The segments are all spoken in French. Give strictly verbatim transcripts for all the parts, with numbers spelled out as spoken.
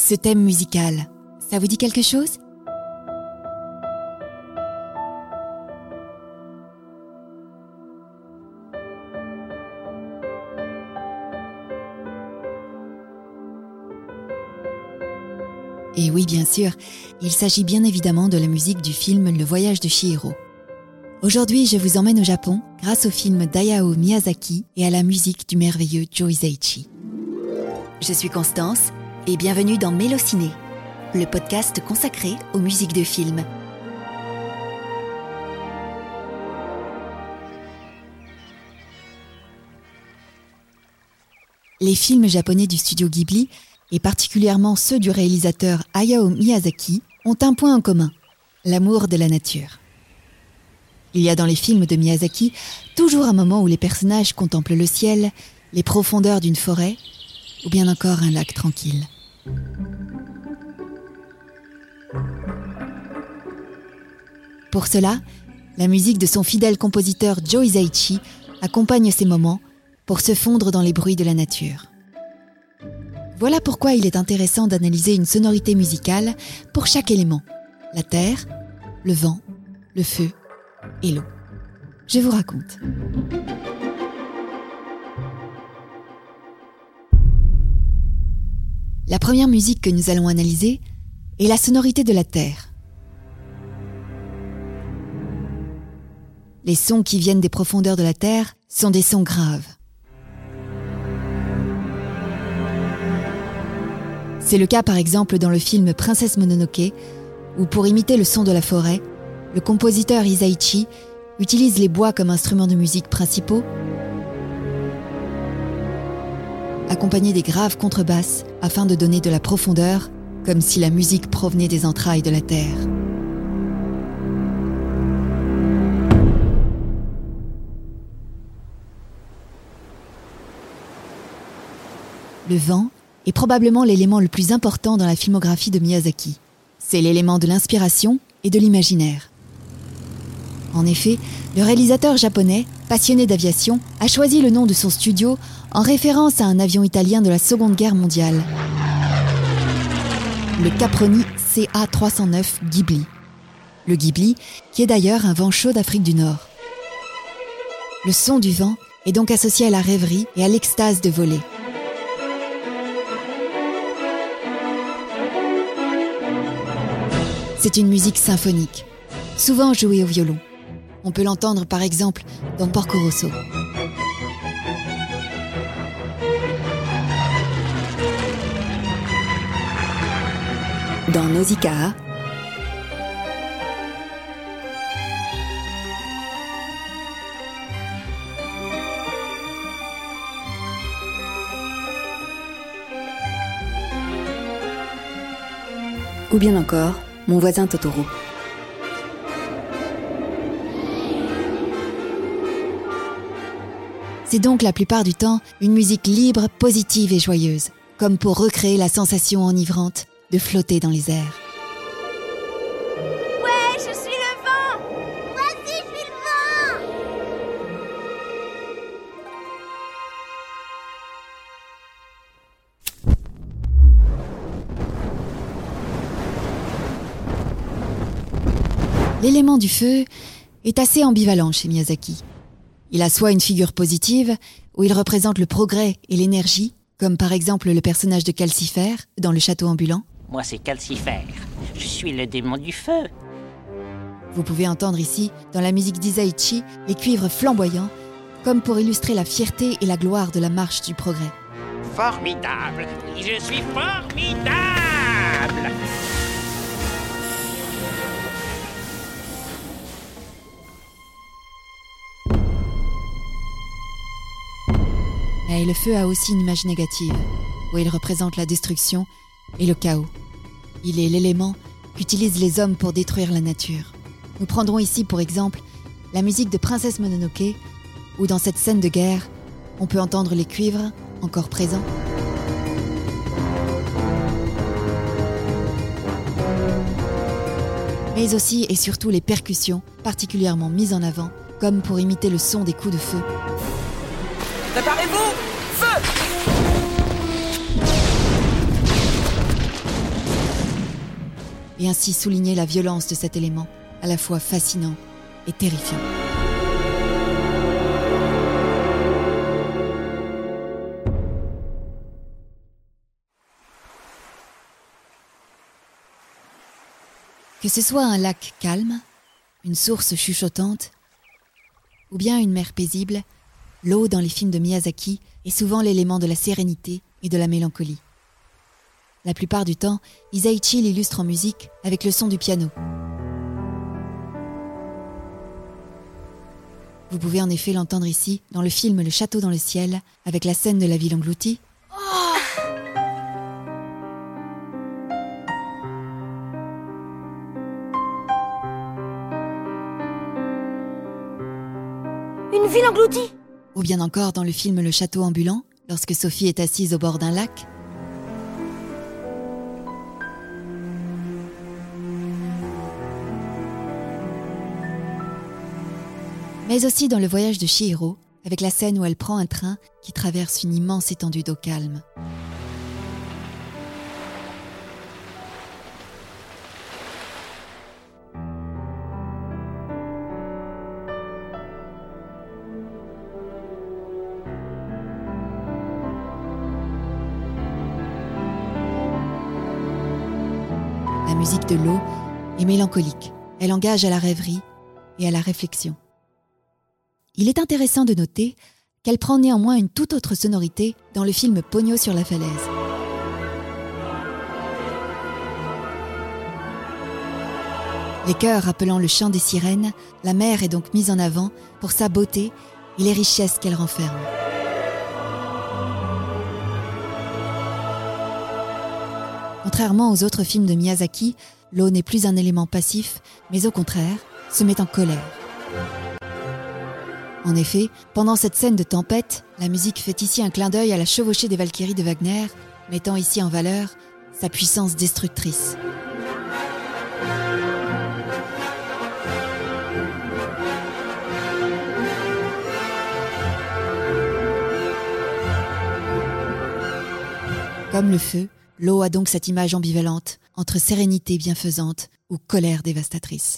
Ce thème musical, ça vous dit quelque chose ? Et oui, bien sûr, il s'agit bien évidemment de la musique du film Le Voyage de Chihiro. Aujourd'hui, je vous emmène au Japon grâce au film d'Hayao Miyazaki et à la musique du merveilleux Joe Hisaishi. Je suis Constance et bienvenue dans Mélociné, le podcast consacré aux musiques de films. Les films japonais du studio Ghibli, et particulièrement ceux du réalisateur Hayao Miyazaki, ont un point en commun, l'amour de la nature. Il y a dans les films de Miyazaki toujours un moment où les personnages contemplent le ciel, les profondeurs d'une forêt, ou bien encore un lac tranquille. Pour cela, la musique de son fidèle compositeur Joe Hisaishi accompagne ces moments pour se fondre dans les bruits de la nature. Voilà pourquoi il est intéressant d'analyser une sonorité musicale pour chaque élément, la terre, le vent, le feu et l'eau. Je vous raconte. La première musique que nous allons analyser est la sonorité de la terre. Les sons qui viennent des profondeurs de la terre sont des sons graves. C'est le cas par exemple dans le film Princesse Mononoke, où pour imiter le son de la forêt, le compositeur Hisaishi utilise les bois comme instruments de musique principaux, accompagnés des graves contrebasses afin de donner de la profondeur, comme si la musique provenait des entrailles de la terre. Le vent est probablement l'élément le plus important dans la filmographie de Miyazaki. C'est l'élément de l'inspiration et de l'imaginaire. En effet, le réalisateur japonais, passionné d'aviation, a choisi le nom de son studio en référence à un avion italien de la Seconde Guerre mondiale, le Caproni C A trois cent neuf Ghibli. Le Ghibli, qui est d'ailleurs un vent chaud d'Afrique du Nord. Le son du vent est donc associé à la rêverie et à l'extase de voler. C'est une musique symphonique, souvent jouée au violon. On peut l'entendre par exemple dans Porco Rosso. Dans Nausicaa, ou bien encore Mon voisin Totoro. C'est donc la plupart du temps une musique libre, positive et joyeuse, comme pour recréer la sensation enivrante de flotter dans les airs. Ouais, je suis le vent! Moi aussi, je suis le vent! L'élément du feu est assez ambivalent chez Miyazaki. Il a soit une figure positive, où il représente le progrès et l'énergie, comme par exemple le personnage de Calcifère dans Le Château ambulant. Moi, c'est Calcifère. Je suis le démon du feu. Vous pouvez entendre ici, dans la musique d'Hisaishi, les cuivres flamboyants, comme pour illustrer la fierté et la gloire de la marche du progrès. Formidable! Oui, je suis formidable! Et le feu a aussi une image négative, où il représente la destruction et le chaos. Il est l'élément qu'utilisent les hommes pour détruire la nature. Nous prendrons ici pour exemple la musique de Princesse Mononoke, où dans cette scène de guerre, on peut entendre les cuivres encore présents. Mais aussi et surtout les percussions, particulièrement mises en avant, comme pour imiter le son des coups de feu. Préparez-vous! Feu! et ainsi souligner la violence de cet élément, à la fois fascinant et terrifiant. Que ce soit un lac calme, une source chuchotante, ou bien une mer paisible, l'eau dans les films de Miyazaki est souvent l'élément de la sérénité et de la mélancolie. La plupart du temps, Hisaichi l'illustre en musique avec le son du piano. Vous pouvez en effet l'entendre ici, dans le film Le Château dans le ciel, avec la scène de la ville engloutie. Oh, une ville engloutie. Ou bien encore dans le film Le Château ambulant, lorsque Sophie est assise au bord d'un lac. Mais aussi dans Le Voyage de Chihiro, avec la scène où elle prend un train qui traverse une immense étendue d'eau calme. La musique de l'eau est mélancolique. Elle engage à la rêverie et à la réflexion. Il est intéressant de noter qu'elle prend néanmoins une toute autre sonorité dans le film Ponyo sur la falaise. Les chœurs rappelant le chant des sirènes, la mer est donc mise en avant pour sa beauté et les richesses qu'elle renferme. Contrairement aux autres films de Miyazaki, l'eau n'est plus un élément passif, mais au contraire, se met en colère. En effet, pendant cette scène de tempête, la musique fait ici un clin d'œil à la chevauchée des Valkyries de Wagner, mettant ici en valeur sa puissance destructrice. Comme le feu, l'eau a donc cette image ambivalente entre sérénité bienfaisante ou colère dévastatrice.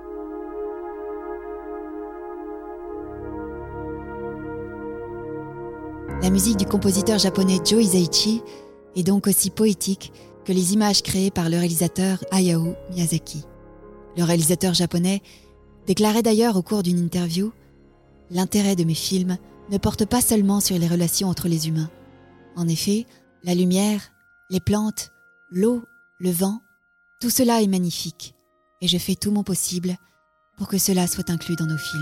La musique du compositeur japonais Joe Hisaichi est donc aussi poétique que les images créées par le réalisateur Hayao Miyazaki. Le réalisateur japonais déclarait d'ailleurs au cours d'une interview « L'intérêt de mes films ne porte pas seulement sur les relations entre les humains. En effet, la lumière, les plantes, l'eau, le vent, tout cela est magnifique et je fais tout mon possible pour que cela soit inclus dans nos films. »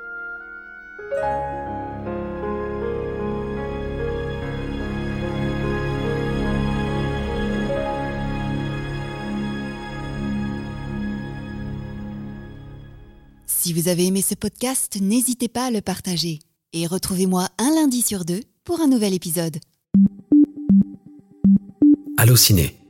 Si vous avez aimé ce podcast, n'hésitez pas à le partager. Et retrouvez-moi un lundi sur deux pour un nouvel épisode. Allociné,